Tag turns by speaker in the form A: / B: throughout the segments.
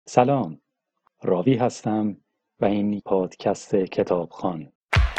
A: سلام، راوی هستم و این پادکست کتابخوان.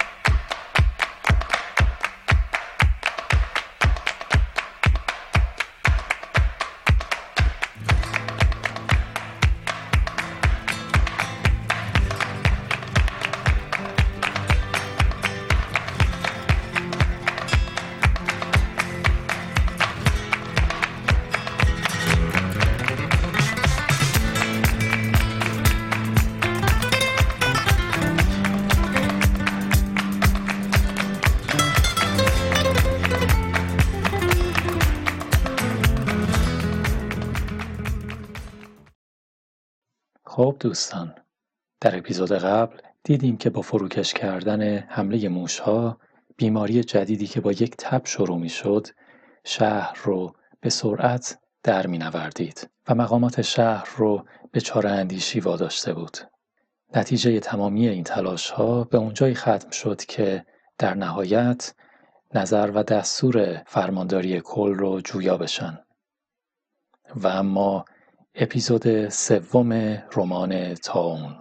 A: خب دوستان، در اپیزود قبل دیدیم که با فروکش کردن حمله موشها، بیماری جدیدی که با یک تب شروع می شد، شهر رو به سرعت در می نوردید و مقامات شهر رو به چاره اندیشی واداشته بود. نتیجه تمامی این تلاش ها به اونجایی ختم شد که در نهایت نظر و دستور فرمانداری کل رو جویا بشن. و اما اپیزود سوم رمان طاعون.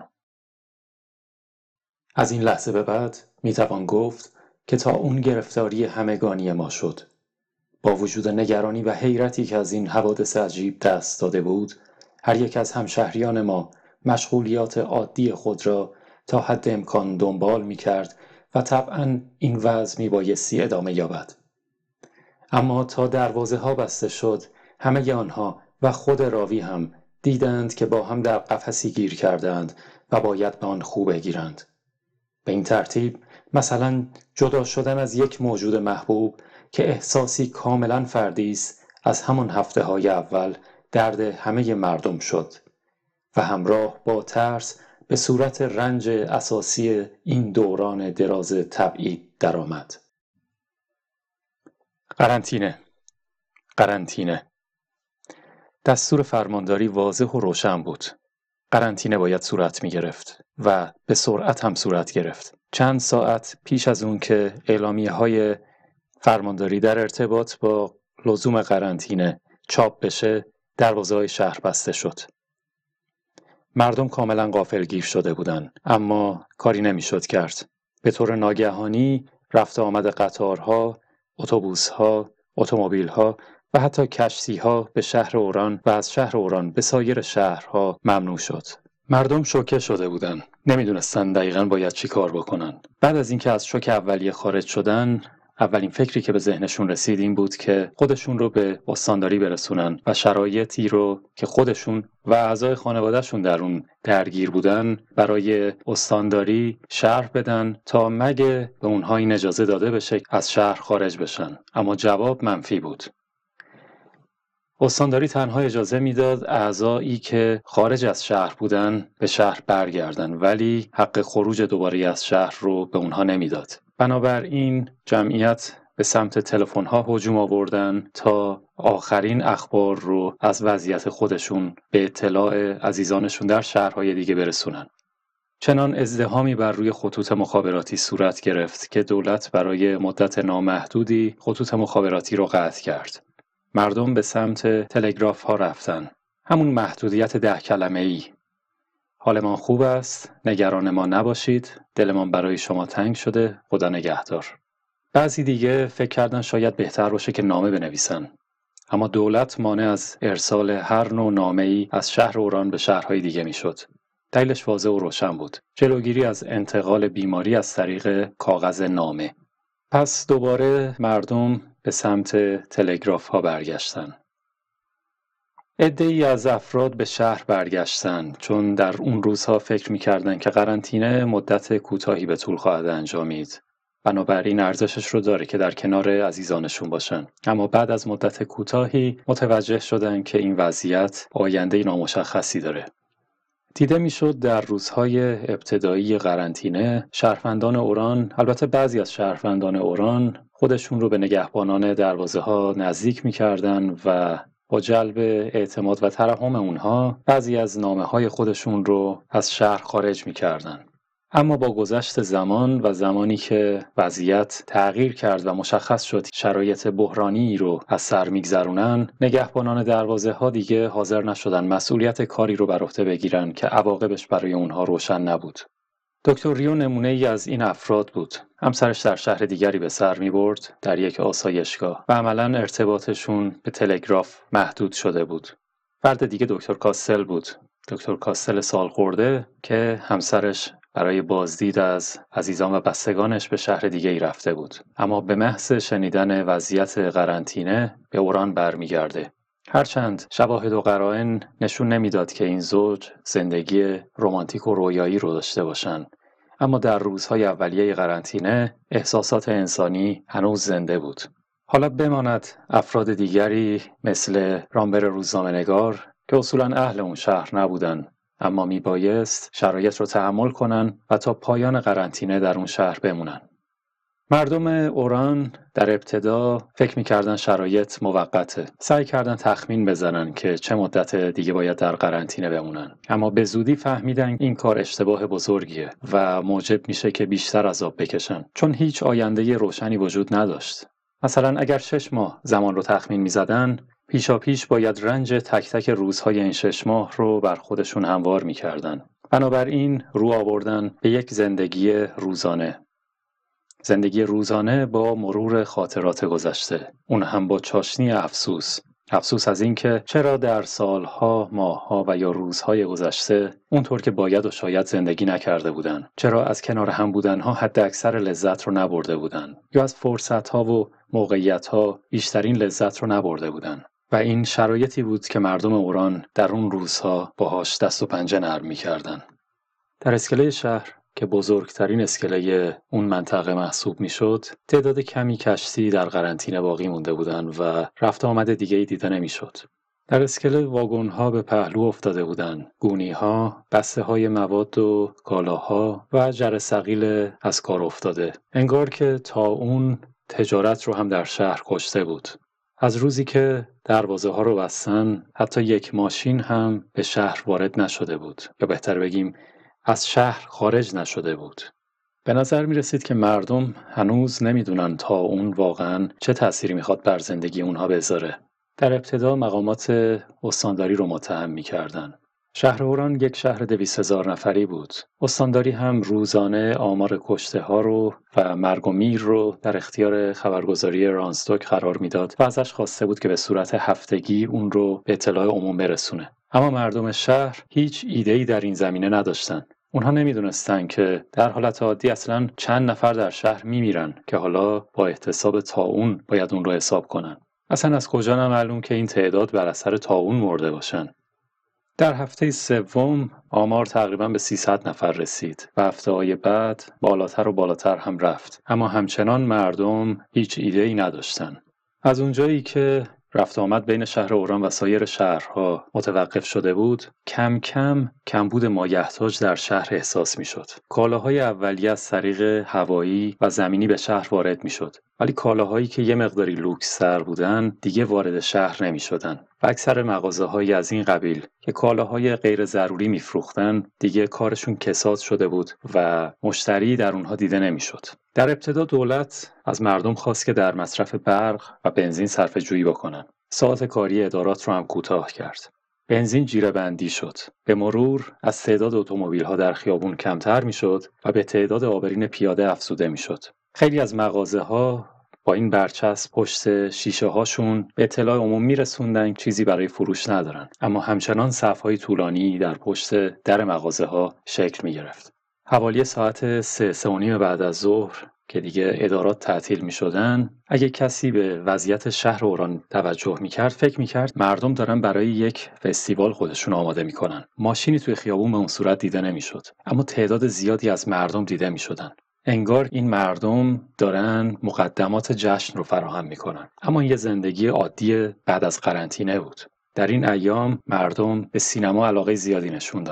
A: از این لحظه به بعد میتوان گفت که طاعون گرفتاری همگانی ما شد. با وجود نگرانی و حیرتی که از این حوادث عجیب دست داده بود، هر یک از همشهریان ما مشغولیات عادی خود را تا حد امکان دنبال میکرد و طبعاً این وضع میبایستی ادامه یابد. اما تا دروازه ها بسته شد، همه آنها و خود راوی هم دیدند که با هم در قفسی گیر کردند و باید به آن خو بگیرند. به این ترتیب مثلا جدا شدن از یک موجود محبوب که احساسی کاملا فردی است، از همان هفته های اول درد همه مردم شد و همراه با ترس به صورت رنج اساسی این دوران دراز تبعید درآمد. قرنطینه. دستور فرمانداری واضح و روشن بود. قرنطینه باید صورت می گرفت و به سرعت هم صورت گرفت. چند ساعت پیش از اون که اعلامیه های فرمانداری در ارتباط با لزوم قرنطینه چاپ بشه، دروازه‌های شهر بسته شد. مردم کاملا غافلگیر شده بودند، اما کاری نمیشد کرد. به طور ناگهانی رفت و آمد قطارها، اتوبوس‌ها، اتومبیل‌ها و حتی کشتی‌ها به شهر اوران و از شهر اوران به سایر شهرها ممنوع شد. مردم شوکه شده بودند. نمیدونستن دقیقاً باید چی کار بکنن. بعد از اینکه از شوک اولیه خارج شدن، اولین فکری که به ذهنشون رسید این بود که خودشون رو به استانداری برسونن و شرایطی رو که خودشون و اعضای خانوادهشون در اون درگیر بودن برای استانداری شرح بدن تا مگه به اونها این اجازه داده بشه از شهر خارج بشن. اما جواب منفی بود. استانداری تنها اجازه میداد اعضایی که خارج از شهر بودن به شهر برگردن، ولی حق خروج دوباره از شهر رو به اونها نمیداد. بنابراین جمعیت به سمت تلفن‌ها هجوم آوردن تا آخرین اخبار رو از وضعیت خودشون به اطلاع عزیزانشون در شهرهای دیگه برسونن. چنان ازدحامی بر روی خطوط مخابراتی صورت گرفت که دولت برای مدت نامحدودی خطوط مخابراتی رو قطع کرد. مردم به سمت تلگراف ها رفتن. همون محدودیت 10 کلمه‌ای. حالمان خوب است، نگران ما نباشید، دلمان برای شما تنگ شده، خدا نگهدار. بعضی دیگه فکر کردن شاید بهتر باشه که نامه بنویسن. اما دولت مانع از ارسال هر نوع نامه‌ای از شهر اوران به شهرهای دیگه میشد. دلیلش واضح و روشن بود. جلوگیری از انتقال بیماری از طریق کاغذ نامه. پس دوباره مردم به سمت تلگراف ها برگشتن. عده‌ای از افراد به شهر برگشتن چون در اون روزها فکر می‌کردن که قرنطینه مدت کوتاهی به طول خواهد انجامید. بنابراین ارزشش رو داره که در کنار عزیزانشون باشن. اما بعد از مدت کوتاهی متوجه شدن که این وضعیت آینده نامشخصی داره. دیده میشد در روزهای ابتدایی قرنطینه شهروندان اوران، البته بعضی از شهروندان اوران، خودشون رو به نگهبانان دروازه ها نزدیک میکردن و با جلب اعتماد و ترحم اونها بعضی از نامه های خودشون رو از شهر خارج میکردن. اما با گذشت زمان و زمانی که وضعیت تغییر کرد و مشخص شد شرایط بحرانی رو از سر میگذرونن، نگهبانان دروازه ها دیگه حاضر نشدن مسئولیت کاری رو بر عهده بگیرن که عواقبش برای اونها روشن نبود. دکتر ریو نمونه ای از این افراد بود. همسرش در شهر دیگری به سر می برد، در یک آسایشگاه، و عملاً ارتباطشون به تلگراف محدود شده بود. فرد دیگه دکتر کاستل بود. دکتر کاستل سالخورده که همسرش برای بازدید از عزیزان و بستگانش به شهر دیگه ای رفته بود. اما به محض شنیدن وضعیت قرنطینه به اوران برمیگرده. هرچند شواهد و قرائن نشون نمیداد که این زوج زندگی رمانتیک و رویایی رو داشته باشن، اما در روزهای اولیه قرنطینه احساسات انسانی هنوز زنده بود. حالا بماند افراد دیگری مثل رامبر روزنامه‌نگار که اصولاً اهل اون شهر نبودن، اما میبایست شرایط رو تحمل کنن و تا پایان قرنطینه در اون شهر بمونن. مردم اوران در ابتدا فکر می‌کردن شرایط موقته. سعی کردن تخمین بزنن که چه مدت دیگه باید در قرنطینه بمونن. اما به زودی فهمیدن این کار اشتباه بزرگیه و موجب میشه که بیشتر عذاب بکشن. چون هیچ آینده روشنی وجود نداشت. مثلا اگر 6 ماه زمان رو تخمین می‌زدن، پیشاپیش باید رنج تک تک روزهای این 6 ماه رو بر خودشون هموار می‌کردن. بنابراین رو آوردن به یک زندگی روزانه. زندگی روزانه با مرور خاطرات گذشته، اون هم با چاشنی افسوس. افسوس از این که چرا در سالها، ماهها و یا روزهای گذشته اونطور که باید و شاید زندگی نکرده بودن. چرا از کنار هم بودنها حد اکثر لذت رو نبرده بودن. یا از فرصتها و موقعیتها بیشترین لذت رو نبرده بودن. و این شرایطی بود که مردم اوران در اون روزها باهاش دست و پنجه نرم می‌کردن. در اسکله شهر که بزرگترین اسکله اون منطقه محسوب میشد، تعداد کمی کشتی در قرنطینه باقی مونده بودند و رفت آمد دیگه‌ای دیده نمیشد. در اسکله واگن‌ها به پهلو افتاده بودند، گونی‌ها، بسته‌های مواد و کالاها و جرثقیل از کار افتاده. انگار که طاعون تجارت رو هم در شهر کشته بود. از روزی که دروازه‌ها رو بستن، حتی یک ماشین هم به شهر وارد نشده بود، یا بهتر بگیم از شهر خارج نشده بود. به نظر می رسید که مردم هنوز نمیدونن طاعون واقعاً چه تأثیری میخواد بر زندگی اونها بذاره. در ابتدا مقامات استانداری رو متهم میکردن. شهر اوران یک شهر 200,000 نفری بود. استانداری هم روزانه آمار کشته ها رو و مرگ و میر رو در اختیار خبرگزاری رانستوک قرار میداد و ازش خواسته بود که به صورت هفتگی اون رو به اطلاع عموم برسونه. اما مردم شهر هیچ ایده‌ای در این زمینه نداشتن. اونها نمیدونستن که در حالت عادی اصلاً چند نفر در شهر میمیرن که حالا با احتساب طاعون باید اون رو حساب کنن. اصلا از کجا معلوم که این تعداد بر اثر طاعون مرده باشن. در هفته سوم آمار تقریباً به 300 نفر رسید و هفته‌های بعد بالاتر و بالاتر هم رفت، اما همچنان مردم هیچ ایده‌ای نداشتن. از اونجایی که رفت آمد بین شهر اوران و سایر شهرها متوقف شده بود، کم کم کمبود مایحتاج در شهر احساس میشد. کالاهای اولیه از طریق هوایی و زمینی به شهر وارد میشد، ولی کالاهایی که یه مقداری لوکس‌تر بودن دیگه وارد شهر نمیشدن. و اکثر مغازه‌های از این قبیل که کالاهای غیر ضروری میفروختن دیگه کارشون کساد شده بود و مشتری در اونها دیده نمیشد. در ابتدا دولت از مردم خواست که در مصرف برق و بنزین صرفه‌جویی بکنن. ساعت کاری ادارات رو هم کوتاه کرد. بنزین جیره‌بندی شد. به مرور از تعداد اتومبیل‌ها در خیابون کمتر میشد و به تعداد عابرین پیاده افزوده میشد. خیلی از مغازه‌ها با این برچسب پشت شیشه هاشون به اطلاع عموم میرسوندن چیزی برای فروش ندارن، اما همچنان صف‌های طولانی در پشت در مغازه‌ها شکل می‌گرفت. حوالی ساعت 3:30 بعد از ظهر که دیگه ادارات تعطیل می‌شدن، اگه کسی به وضعیت شهر اوران توجه می‌کرد، فکر می‌کرد مردم دارن برای یک فستیوال خودشون آماده می‌کنن. ماشینی توی خیابون به اون صورت دیده نمی‌شد، اما تعداد زیادی از مردم دیده می‌شدن. انگار این مردم دارن مقدمات جشن رو فراهم میکنن. اما یه زندگی عادی بعد از قرنطینه بود. در این ایام مردم به سینما علاقه زیادی نشون دادن.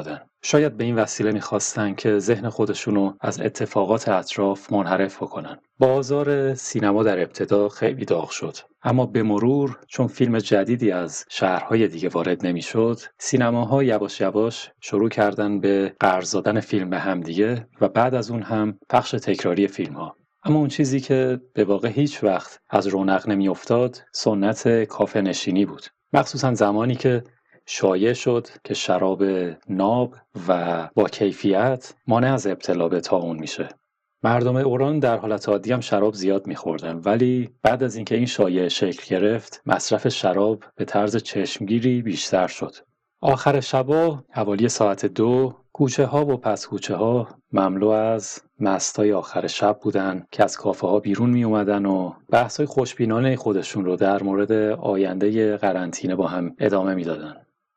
A: شاید به این وسیله می‌خواستن که ذهن خودشونو از اتفاقات اطراف منحرف بکنن. بازار سینما در ابتدا خیلی داغ شد، اما به مرور چون فیلم جدیدی از شهرهای دیگه وارد نمی‌شد، سینماها یواش یواش شروع کردن به قرض دادن فیلم به همدیگه و بعد از اون هم پخش تکراری فیلم‌ها. اما اون چیزی که به واقع هیچ وقت از رونق نمی‌افتاد، سنت کافه نشینی بود. مخصوصا زمانی که شایع شد که شراب ناب و با کیفیت مانع از ابتلا به طاعون میشه. مردم اوران در حالت عادی هم شراب زیاد میخوردن، ولی بعد از اینکه این شایعه شکل گرفت، مصرف شراب به طرز چشمگیری بیشتر شد. آخر شبا حوالی ساعت 2 کوچه ها و پس کوچه ها مملو از مستای آخر شب بودن که از کافه ها بیرون می اومدن و بحثای خوشبینانه خودشون رو در مورد آینده قرنطینه با هم ادامه میدادن.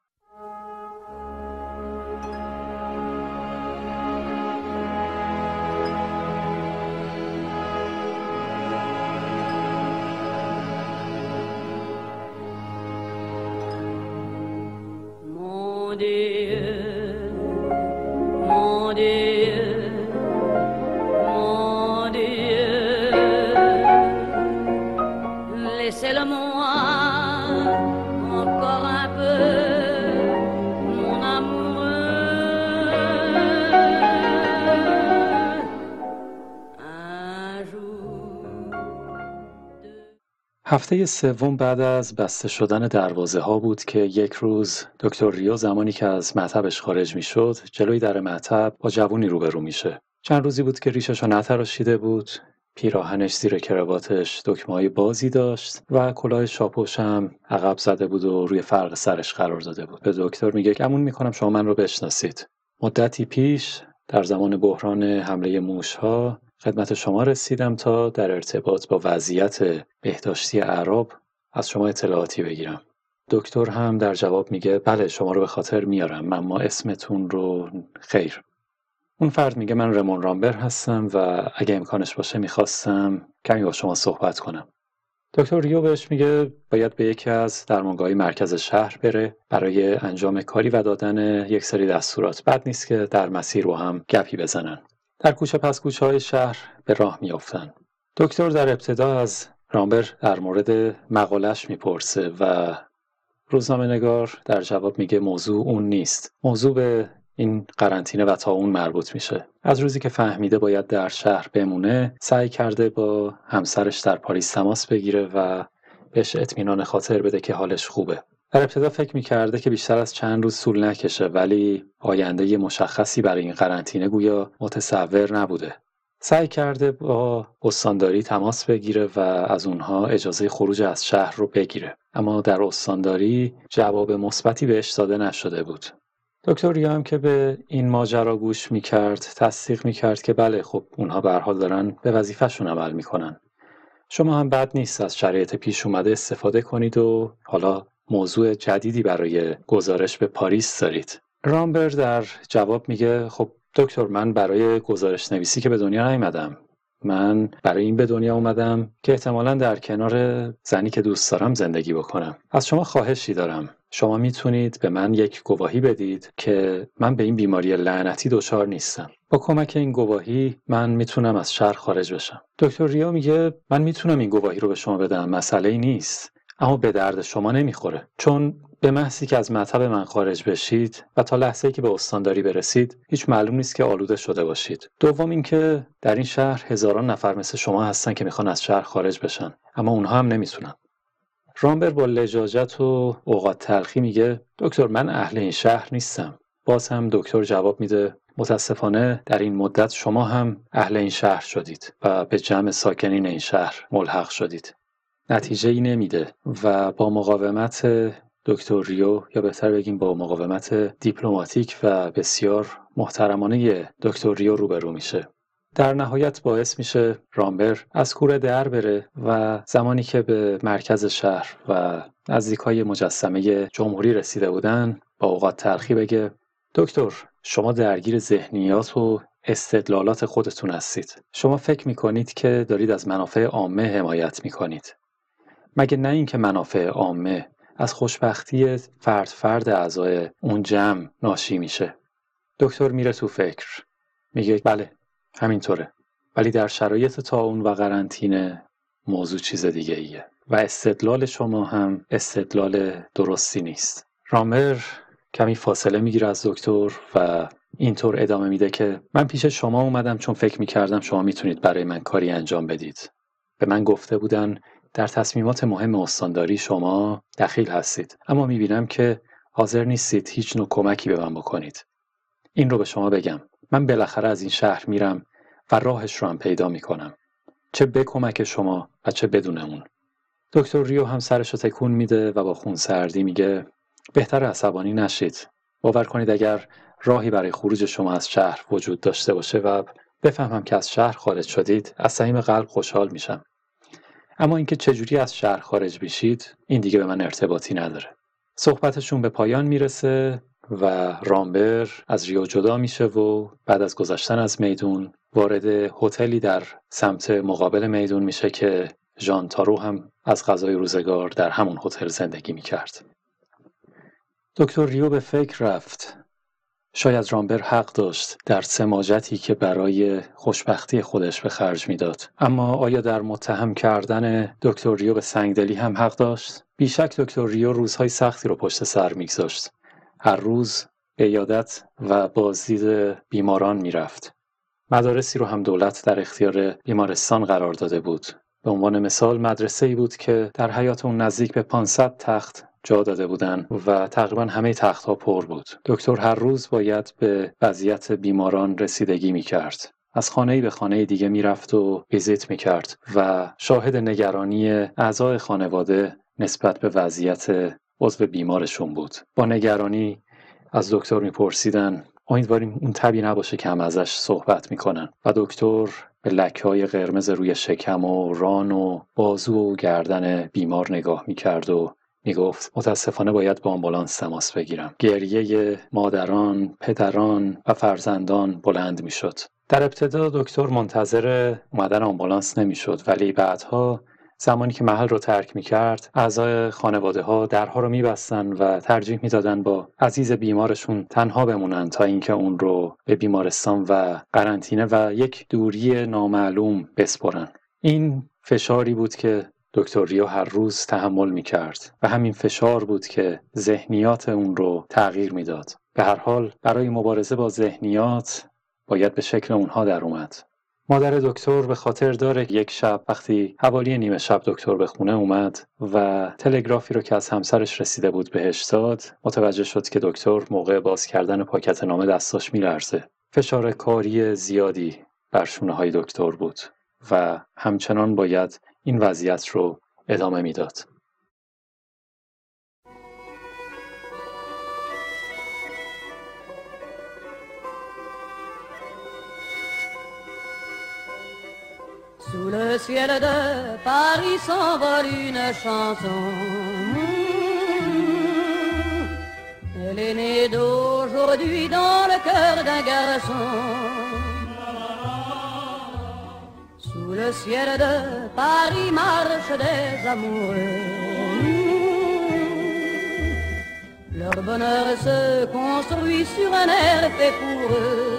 A: هفته سوم بعد از بسته شدن دروازه ها بود که یک روز دکتر ریو زمانی که از مطبش خارج می شد جلوی در مطب با جوونی روبرو میشه. چند روزی بود که ریشش رو نتراشیده بود، پیراهنش زیر کراواتش دکمه‌های بازی داشت و کلاه شاپوش هم عقب زده بود و روی فرق سرش قرار داده بود. به دکتر میگه گمون میکنم شما من رو بشناسید. مدتی پیش در زمان بحران حمله موش‌ها خدمت شما رسیدم تا در ارتباط با وضعیت بهداشتی اعراب از شما اطلاعاتی بگیرم. دکتر هم در جواب میگه بله شما رو به خاطر میارم، اما اسمتون رو خیر. اون فرد میگه من رمون رامبر هستم و اگه امکانش باشه میخواستم کمی با شما صحبت کنم. دکتر ریو بهش میگه باید به یکی از درمانگاه‌های مرکز شهر بره برای انجام کاری و دادن یک سری دستورات. بد نیست که در مسیر رو هم گپی بزنن. در کوچه پس کوچه های شهر به راه میافتن. دکتر در ابتدا از رامبر در مورد مقالش میپرسه و روزنامه‌نگار در جواب میگه موضوع اون نیست. موضوع به این قرنطینه و طاعون مربوط میشه. از روزی که فهمیده باید در شهر بمونه، سعی کرده با همسرش در پاریس تماس بگیره و بهش اطمینان خاطر بده که حالش خوبه. در ابتدا فکر میکرده که بیشتر از چند روز طول نکشه، ولی آینده مشخصی برای این قرنطینه گویا متصور نبوده. سعی کرده با استانداری تماس بگیره و از اونها اجازه خروج از شهر رو بگیره، اما در استانداری جواب مثبتی بهش داده نشده بود. دکتر ریو هم که به این ماجرا گوش میکرد تصدیق میکرد که بله خب اونها به هر حال دارن به وظیفه‌شون عمل میکنن. شما هم بد نیست از شرایط پیش اومده استفاده کنید و حالا موضوع جدیدی برای گزارش به پاریس دارید. رامبر در جواب میگه خب دکتر من برای گزارش نویسی که به دنیا نیومدم. من برای این به دنیا اومدم که احتمالاً در کنار زنی که دوست دارم زندگی بکنم. از شما خواهشی دارم. شما میتونید به من یک گواهی بدید که من به این بیماری لعنتی دچار نیستم. با کمک این گواهی من میتونم از شهر خارج بشم. دکتر ریو میگه من میتونم این گواهی رو به شما بدم، مسئله‌ای نیست. اما به درد شما نمیخوره، چون به محضی که از مطب من خارج بشید و تا لحظه‌ای که به استانداری برسید هیچ معلوم نیست که آلوده شده باشید. دوم اینکه در این شهر هزاران نفر مثل شما هستن که میخوان از شهر خارج بشن، اما اونها هم نمیتونن. رامبر با لجاجت و اوقات تلخی میگه دکتر من اهل این شهر نیستم. باز هم دکتر جواب میده متاسفانه در این مدت شما هم اهل این شهر شدید و به جمع ساکنین این شهر ملحق شدید. نتیجه ای نمیده و با مقاومت دکتر ریو، یا بهتر بگیم با مقاومت دیپلماتیک و بسیار محترمانه دکتر ریو روبرو میشه. در نهایت باعث میشه رامبر از کوره در بره و زمانی که به مرکز شهر و نزدیکای مجسمه جمهوری رسیده بودن با اوقات تلخی بگه دکتر شما درگیر ذهنیات و استدلالات خودتون هستید. شما فکر میکنید که دارید از منافع عامه حمایت میکنید. مگه نه اینکه منافع عامه از خوشبختی فرد اعضای اون جمع ناشی میشه. دکتر میره تو فکر. میگه بله همینطوره، ولی در شرایط طاعون و قرنطینه موضوع چیز دیگه ایه و استدلال شما هم استدلال درستی نیست. رامبر کمی فاصله میگیره از دکتر و اینطور ادامه میده که من پیش شما اومدم چون فکر میکردم شما میتونید برای من کاری انجام بدید. به من گفته بودن در تصمیمات مهم استانداری شما دخیل هستید، اما میبینم که حاضر نیستید هیچ نوع کمکی به من بکنید. این رو به شما بگم، من بالاخره از این شهر میرم و راهش رو هم پیدا میکنم، چه به کمک شما و چه بدون اون. دکتر ریو هم سرش رو تکون میده و با خونسردی میگه بهتر عصبانی نشید. باور کنید اگر راهی برای خروج شما از شهر وجود داشته باشه و بفهمم که از شهر خارج شدید، از صمیم قلب خوشحال میشم. اما اینکه چجوری از شهر خارج بشید، این دیگه به من ارتباطی نداره. صحبتشون به پایان میرسه و رامبر از ریو جدا میشه و بعد از گذشتن از میدون وارد هتلی در سمت مقابل میدون میشه که ژان تارو هم از قضای روزگار در همون هتل زندگی میکرد. دکتر ریو به فکر رفت. شاید رامبر حق داشت در سماجتی که برای خوشبختی خودش به خرج میداد، اما آیا در متهم کردن دکتر ریو به سنگدلی هم حق داشت؟ بیشک دکتر ریو روزهای سختی رو پشت سر میگذاشت. هر روز به عیادت و بازدید بیماران میرفت. مدارسی رو هم دولت در اختیار بیمارستان قرار داده بود. به عنوان مثال مدرسه‌ای بود که در حیاط اون نزدیک به 500 تخت جا داده بودن و تقریبا همه تخت‌ها پر بود. دکتر هر روز باید به وضعیت بیماران رسیدگی می‌کرد. از خانه‌ای به خانه دیگه میرفت و ویزیت می‌کرد و شاهد نگرانی اعضای خانواده نسبت به وضعیت عضو بیمارشون بود. با نگرانی از دکتر می‌پرسیدن امیدواریم اون تبی نباشه که هم ازش صحبت میکنن و دکتر به لکه‌های قرمز روی شکم و ران و بازو و گردن بیمار نگاه میکرد و میگفت متاسفانه باید با آمبولانس تماس بگیرم. گریه مادران، پدران و فرزندان بلند میشد. در ابتدا دکتر منتظر اومدن آمبولانس نمیشد، ولی بعدها زمانی که محل رو ترک می‌کرد، اعضای خانواده‌ها درها رو می‌بستن و ترجیح می‌دادن با عزیز بیمارشون تنها بمونن تا اینکه اون رو به بیمارستان و قرنطینه و یک دوری نامعلوم بسپرن. این فشاری بود که دکتر ریو هر روز تحمل می‌کرد و همین فشار بود که ذهنیات اون رو تغییر می‌داد. به هر حال برای مبارزه با ذهنیات باید به شکل اونها در اومد. مادر دکتر به خاطر داره یک شب وقتی حوالی نیمه شب دکتر به خونه اومد و تلگرافی رو که از همسرش رسیده بود بهش داد، متوجه شد که دکتر موقع باز کردن پاکت نامه دستاش میلرزه. فشار کاری زیادی بر شونه‌های دکتر بود و همچنان باید این وضعیت رو ادامه میداد.
B: Sous le ciel de Paris s'envole une chanson. Elle est née d'aujourd'hui dans le cœur d'un garçon. Sous le ciel de Paris marchent des amoureux. Leur bonheur se construit sur un air fait pour eux.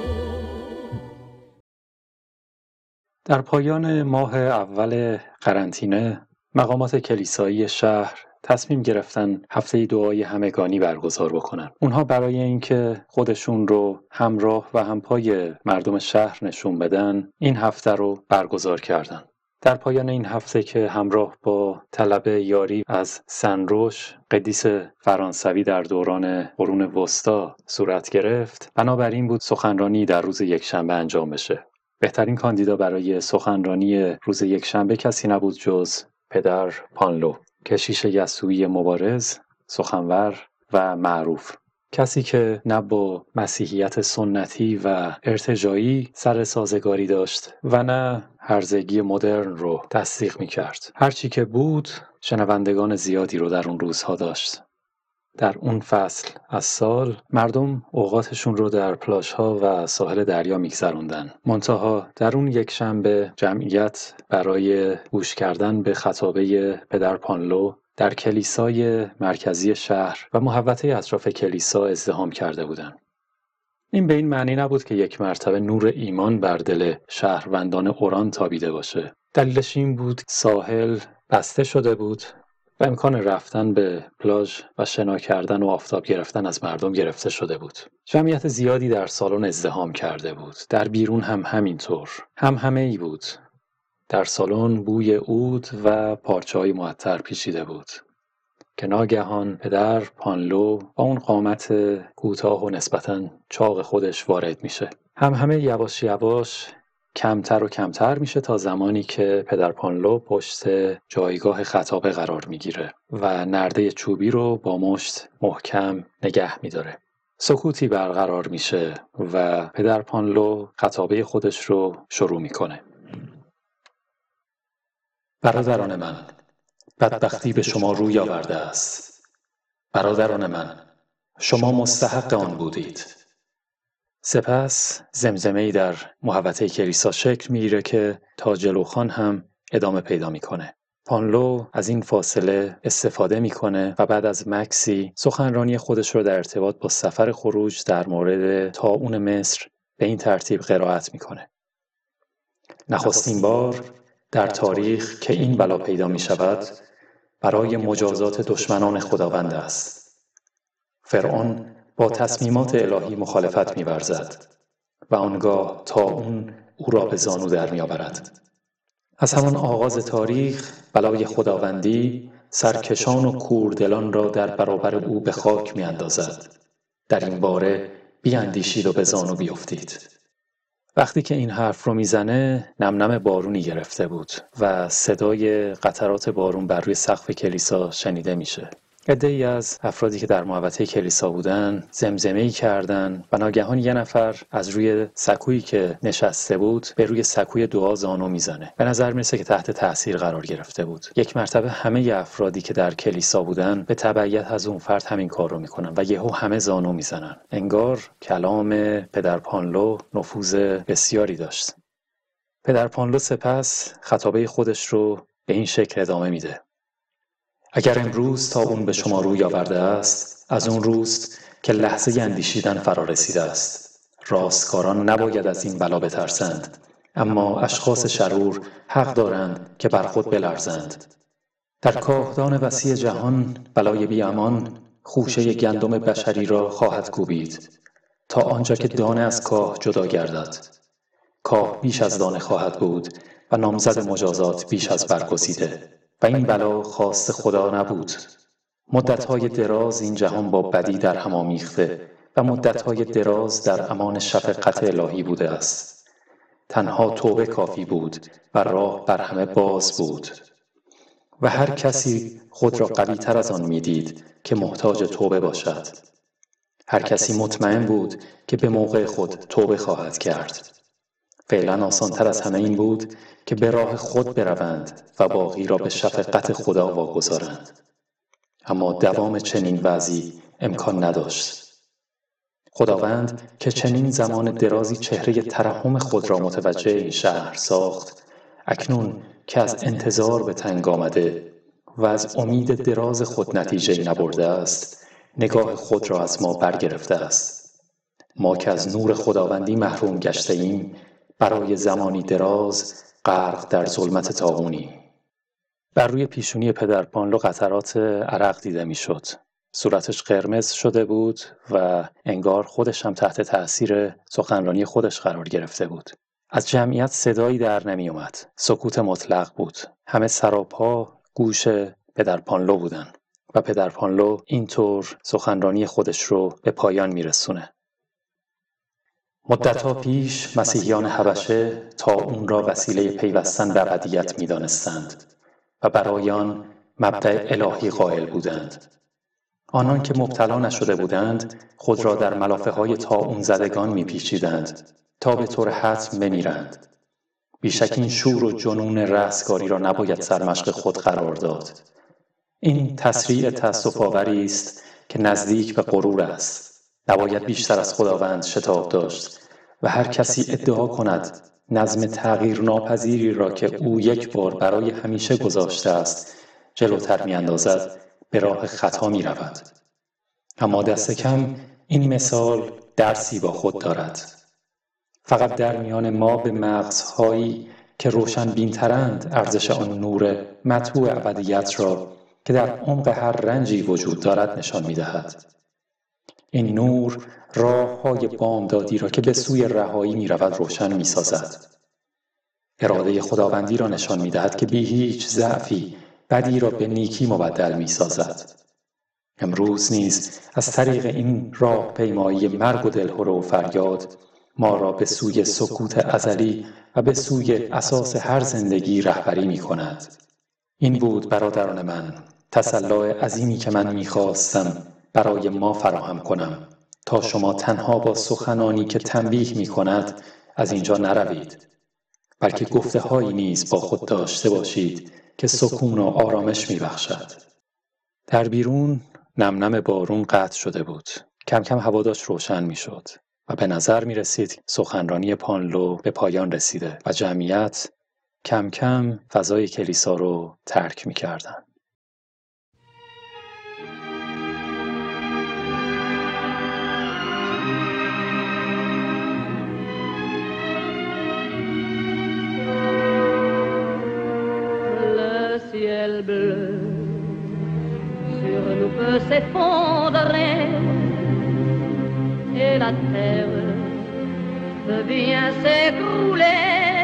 A: در پایان ماه اول قرنطینه مقامات کلیسایی شهر تصمیم گرفتن هفته دعای همگانی برگزار بکنن. اونها برای اینکه خودشون رو همراه و همپای مردم شهر نشون بدن این هفته رو برگزار کردن. در پایان این هفته که همراه با طلب یاری از سن روش قدیس فرانسوی در دوران قرون وسطا صورت گرفت، بنابراین بود سخنرانی در روز یکشنبه انجام بشه. بهترین کاندیدا برای سخنرانی روز یکشنبه کسی نبود جز پدر پانلو، کشیش یسوعی مبارز، سخنور و معروف. کسی که نه با مسیحیت سنتی و ارتجاعی سر سازگاری داشت و نه هرزگی مدرن رو تصدیق می کرد. هرچی که بود شنوندگان زیادی رو در اون روزها داشت. در اون فصل از سال مردم اوقاتشون رو در پلاش‌ها و ساحل دریا می‌گذروندن. منتها در اون یک شنبه جمعیت برای گوش کردن به خطابه پدر پانلو در کلیسای مرکزی شهر و محوطه اطراف کلیسا ازدحام کرده بودند. این به این معنی نبود که یک مرتبه نور ایمان بر دل شهروندان اوران تابیده باشه. دلیلش این بود ساحل بسته شده بود و امکان رفتن به پلاژ و شنا کردن و آفتاب گرفتن از مردم گرفته شده بود. جمعیت زیادی در سالن ازدحام کرده بود. در بیرون هم همینطور. همه ای بود. در سالن بوی عود و پارچه‌های معطر پیچیده بود که ناگهان پدر پانلو با اون قامت کوتاه و نسبتاً چاق خودش وارد میشه. همه یواش یواش کمتر و کمتر میشه تا زمانی که پدر پانلو پشت جایگاه خطابه قرار میگیره و نرده چوبی رو با مشت محکم نگه میداره. سکوتی برقرار میشه و پدر پانلو خطابه خودش رو شروع میکنه. برادران من، بدبختی به شما روی آورده است. برادران من، شما مستحق آن بودید. سپس زمزمه‌ای در محوطه کلیسا شکل میگیره که تا جلوخان هم ادامه پیدا میکنه. پانلو از این فاصله استفاده میکنه و بعد از مکسی سخنرانی خودش رو در ارتباط با سفر خروج در مورد طاعون مصر به این ترتیب قرائت میکنه. نخستین بار در تاریخ که این بلا پیدا می شود برای مجازات دشمنان خداوند است. فرعون با تصمیمات الهی مخالفت می ورزد و آنگاه طاعون او را به زانو در می آورد. از همان آغاز تاریخ بلای خداوندی سرکشان و کوردلان را در برابر او به خاک می اندازد. در این باره بیاندیشید و به زانو بیفتید. وقتی که این حرف رو میزنه نمنم بارونی گرفته بود و صدای قطرات بارون بر روی سقف کلیسا شنیده میشه. عده‌ای از افرادی که در محوطه کلیسا بودن زمزمه‌ای کردن و ناگهان یه نفر از روی سکویی که نشسته بود به روی سکوی دعا زانو میزنه. به نظر میرسه که تحت تاثیر قرار گرفته بود. یک مرتبه همه افرادی که در کلیسا بودن به تبعیت از اون فرد همین کار رو میکنن و یهو همه زانو میزنن. انگار کلام پدر پانلو نفوذ بسیاری داشت. پدر پانلو سپس خطابه خودش رو به این شکل ادامه میده. اگر امروز طاعون به شما روی آورده است، از اون روست که لحظه اندیشیدن فرا رسیده است. راستکاران نباید از این بلا بترسند، اما اشخاص شرور حق دارند که بر خود بلرزند. در کاهدان وسیع جهان بلای بیامان خوشه گندم بشری را خواهد کوبید تا آنجا که دانه از کاه جدا گردد. کاه بیش از دانه خواهد بود و نامزد مجازات بیش از برگزیده. و این بلا خواست خدا نبود. مدت‌های دراز این جهان با بدی در هم آمیخته و مدت‌های دراز در امان شفقت الهی بوده است. تنها توبه کافی بود و راه بر همه باز بود. و هر کسی خود را قوی‌تر از آن می‌دید که محتاج توبه باشد. هر کسی مطمئن بود که به موقع خود توبه خواهد کرد. فعلا آسان‌تر از همه این بود که به راه خود بروند و باقی را به شفقت خدا واگذارند. اما دوام چنین وضعی امکان نداشت. خداوند که چنین زمان درازی چهره ترحم خود را متوجه این شهر ساخت، اکنون که از انتظار به تنگ آمده و از امید دراز خود نتیجه نبرده است، نگاه خود را از ما برگرفته است. ما که از نور خداوندی محروم گشته ایم، برای زمانی دراز غرق در ظلمت طاعونی. بر روی پیشونی پدر پانلو قطرات عرق دیده میشد. صورتش قرمز شده بود و انگار خودش هم تحت تأثیر سخنرانی خودش قرار گرفته بود. از جمعیت صدایی در نمی اومد. سکوت مطلق بود. همه سراپا گوش پدر پانلو بودن و پدر پانلو اینطور سخنرانی خودش رو به پایان میرسونه. مدت‌ها پیش مسیحیان حبشه طاعون را وسیله پیوستن به ابدیت می‌دانستند و برای آن مبدأ الهی قائل بودند. آنان که مبتلا نشده بودند خود را در ملافه‌های طاعون زدگان می‌پیچیدند تا به طور حتم بمیرند. بیشک این شور و جنون رستگاری را نباید سرمشق خود قرار داد. این تسریع تأسف‌آوری است که نزدیک به غرور است. نباید بیشتر از خداوند شتاب داشت و هر کسی ادعا کند نظم تغییر ناپذیری را که او یک بار برای همیشه گذاشته است جلوتر می اندازد به راه خطا می رود. اما دست کم این مثال درسی با خود دارد. فقط در میان ما به مغزهایی که روشن بین‌ترند ارزش آن نور مطبوع ابدیت را که در عمق هر رنجی وجود دارد نشان می‌دهد. این نور راه‌های بامدادی را که به سوی رهایی می‌رود روشن می‌سازد. اراده خداوندی را نشان می‌دهد که بی هیچ ضعفی بدی را به نیکی مبدل می‌سازد. امروز نیز از طریق این راه پیمایی مرگ و دلهره و فریاد ما را به سوی سکوت ازلی و به سوی اساس هر زندگی رهبری می‌کند. این بود برادران من تسلی عظیمی که من می‌خواستم برای ما فراهم کنم تا شما تنها با سخنانی که تنبیه می‌کند از اینجا نروید، بلکه گفته‌هایی نیز با خود داشته باشید که سکون و آرامش می‌بخشد. در بیرون نمنم بارون قطع شده بود. کم کم هوا داشت روشن می‌شد و به نظر می‌رسید سخنرانی پانلو به پایان رسیده و جمعیت کم کم فضای کلیسا رو ترک می‌کردند.
B: Le ciel bleu sur nous peut s'effondrer et la terre peut bien s'écrouler.